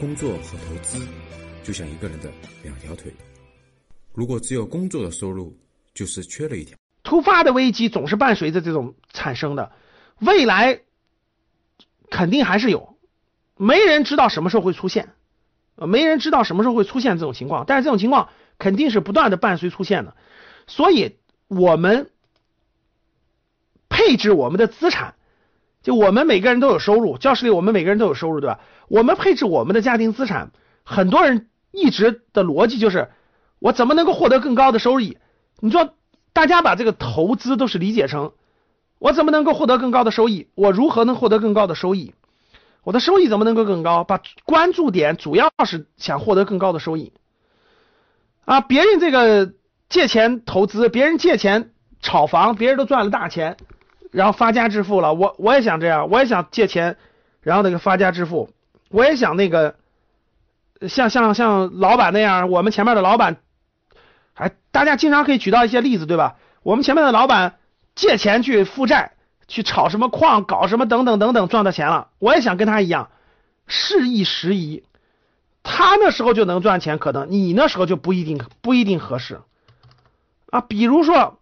工作和投资就像一个人的两条腿，如果只有工作的收入，就是缺了一条。 突发的危机总是伴随着这种产生的，未来肯定还是有，没人知道什么时候会出现，没人知道什么时候会出现这种情况，但是这种情况肯定是不断的伴随出现的。所以我们配置我们的资产，就我们每个人都有收入，教室里我们每个人都有收入，对吧？我们配置我们的家庭资产，很多人一直的逻辑就是我怎么能够获得更高的收益。你说大家把这个投资都是理解成我怎么能够获得更高的收益，我如何能获得更高的收益，我的收益怎么能够更高，把关注点主要是想获得更高的收益啊！别人这个借钱投资，别人借钱炒房，别人都赚了大钱，然后发家致富了，我也想这样，我也想借钱然后那个发家致富，我也想那个像老板那样，我们前面的老板大家经常可以举到一些例子，对吧？我们前面的老板借钱去负债，去炒什么矿，搞什么等等等等，赚到钱了。我也想跟他一样，事易时移。他那时候就能赚钱，可能你那时候就不一定合适啊。比如说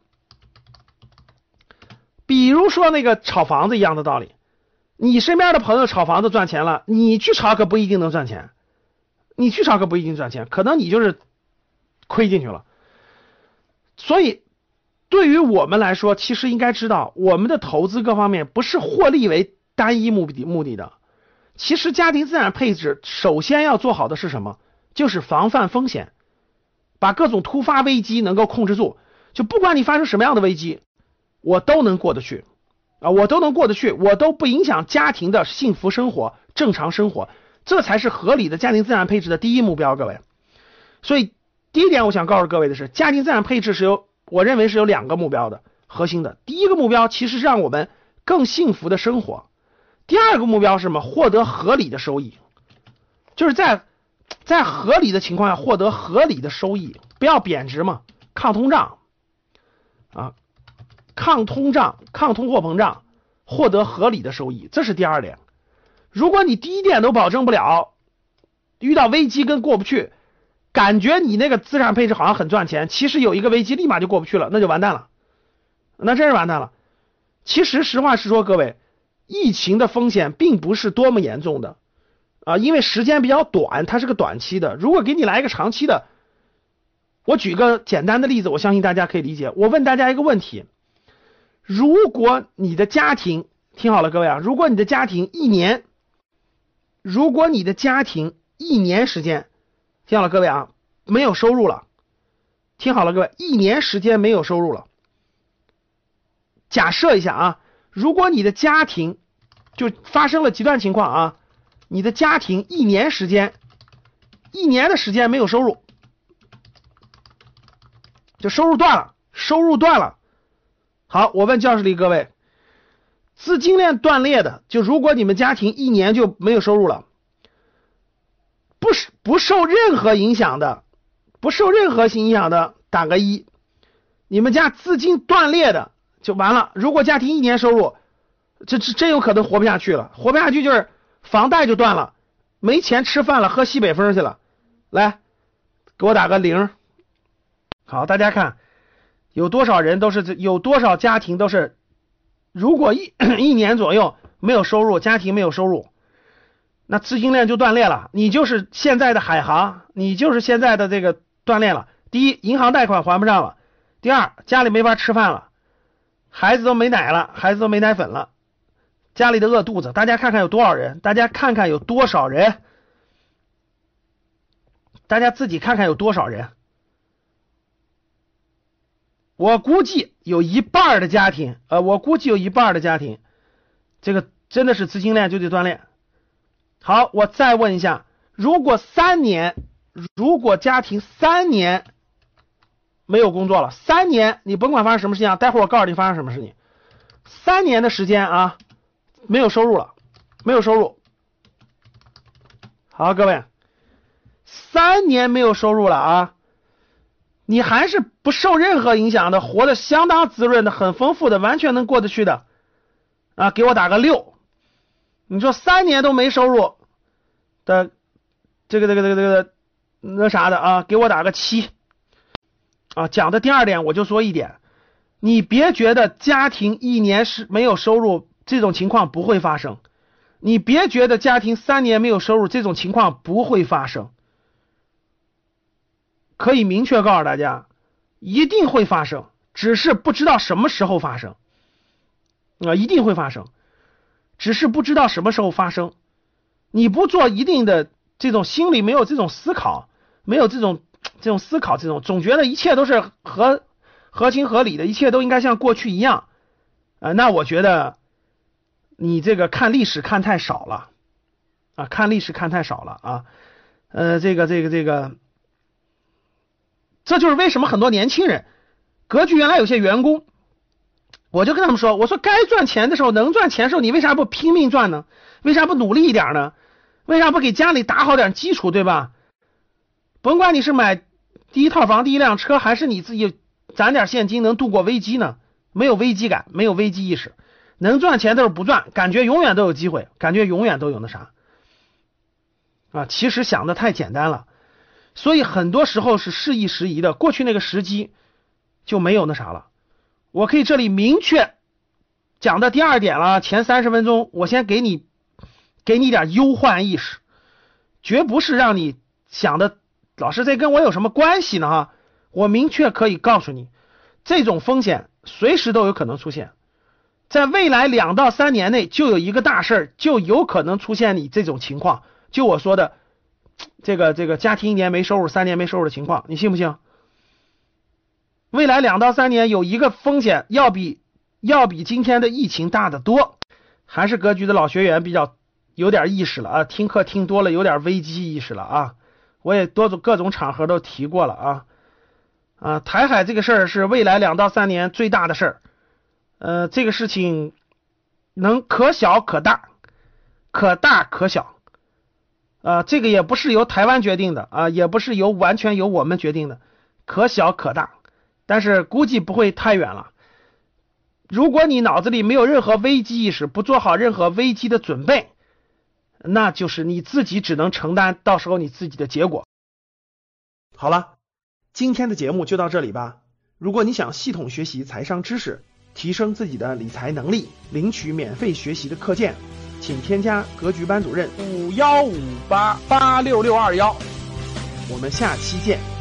那个炒房子一样的道理，你身边的朋友炒房子赚钱了，你去炒可不一定能赚钱，可能你就是亏进去了。所以对于我们来说，其实应该知道我们的投资各方面不是获利为单一目的的。其实家庭资产配置首先要做好的是什么？就是防范风险，把各种突发危机能够控制住。就不管你发生什么样的危机，我都能过得去啊，我都不影响家庭的幸福生活、正常生活，这才是合理的家庭资产配置的第一目标，各位。所以第一点我想告诉各位的是，家庭资产配置我认为是有两个目标的，核心的。第一个目标其实是让我们更幸福的生活，第二个目标是什么？获得合理的收益，就是在合理的情况下获得合理的收益，不要贬值嘛，抗通胀啊，抗通货膨胀，获得合理的收益，这是第二点。如果你第一点都保证不了，遇到危机跟过不去，感觉你那个资产配置好像很赚钱，其实有一个危机立马就过不去了，那就完蛋了，那真是完蛋了。其实实话实说，各位，疫情的风险并不是多么严重的啊，因为时间比较短，它是个短期的。如果给你来一个长期的，我举个简单的例子，我相信大家可以理解。我问大家一个问题，如果你的家庭，听好了各位啊，如果你的家庭一年时间，听好了各位啊，没有收入了，听好了各位，一年时间没有收入了。假设一下啊，如果你的家庭就发生了极端情况啊，你的家庭一年的时间没有收入，就收入断了。好，我问教室里各位，资金链断裂的，就如果你们家庭一年就没有收入了，不受任何影响的打个一。你们家资金断裂的就完了，如果家庭一年收入，这真有可能活不下去了，就是房贷就断了，没钱吃饭了，喝西北风去了。来，给我打个0。好，大家看有多少家庭都是，如果一年左右没有收入，家庭没有收入，那资金链就断裂了，你就是现在的海航，你就是现在的这个断裂了。第一，银行贷款还不上了；第二，家里没法吃饭了，孩子都没奶了，孩子都没奶粉了，家里的饿肚子。大家看看有多少人，大家自己看看有多少人。我估计有一半的家庭，这个真的是资金链就得断裂。好，我再问一下，如果家庭3年没有工作了，3年你甭管发生什么事情，待会儿我告诉你发生什么事情，3年的时间啊，没有收入了。好，各位，3年没有收入了啊，你还是不受任何影响的，活得相当滋润的，很丰富的，完全能过得去的啊，给我打个6。你说3年都没收入的那啥的啊，给我打个7啊。讲的第二点我就说一点，你别觉得家庭1年是没有收入这种情况不会发生，你别觉得家庭3年没有收入这种情况不会发生，可以明确告诉大家，一定会发生，只是不知道什么时候发生啊，一定会发生，只是不知道什么时候发生。你不做一定的这种心里没有这种思考，没有这种思考，总觉得一切都是合情合理的，一切都应该像过去一样那我觉得你这个看历史看太少了啊，看历史看太少了啊。这就是为什么很多年轻人，格局原来有些员工，我就跟他们说，我说该赚钱的时候，能赚钱的时候，你为啥不拼命赚呢？为啥不努力一点呢？为啥不给家里打好点基础，对吧？甭管你是买第一套房、第一辆车，还是你自己攒点现金能度过危机呢？没有危机感，没有危机意识，能赚钱的时候不赚，感觉永远都有机会，感觉永远都有那啥啊。其实想的太简单了，所以很多时候是适宜时宜的，过去那个时机就没有那啥了。我可以这里明确讲的第二点了，前30分钟我先给你点忧患意识，绝不是让你想的老师这跟我有什么关系呢哈？我明确可以告诉你，这种风险随时都有可能出现，在未来2到3年内就有一个大事就有可能出现你这种情况，就我说的这个家庭1年没收入3年没收入的情况，你信不信？未来2到3年有一个风险要比今天的疫情大得多。还是格局的老学员比较有点意识了啊，听课听多了有点危机意识了啊。我也各种场合都提过了啊。台海这个事儿是未来2到3年最大的事儿，这个事情能可小可大，可大可小这个也不是由台湾决定的啊，也不是完全由我们决定的，可小可大，但是估计不会太远了。如果你脑子里没有任何危机意识，不做好任何危机的准备，那就是你自己只能承担到时候你自己的结果。好了，今天的节目就到这里吧。如果你想系统学习财商知识，提升自己的理财能力，领取免费学习的课件，请添加格局班主任5158866621，我们下期见。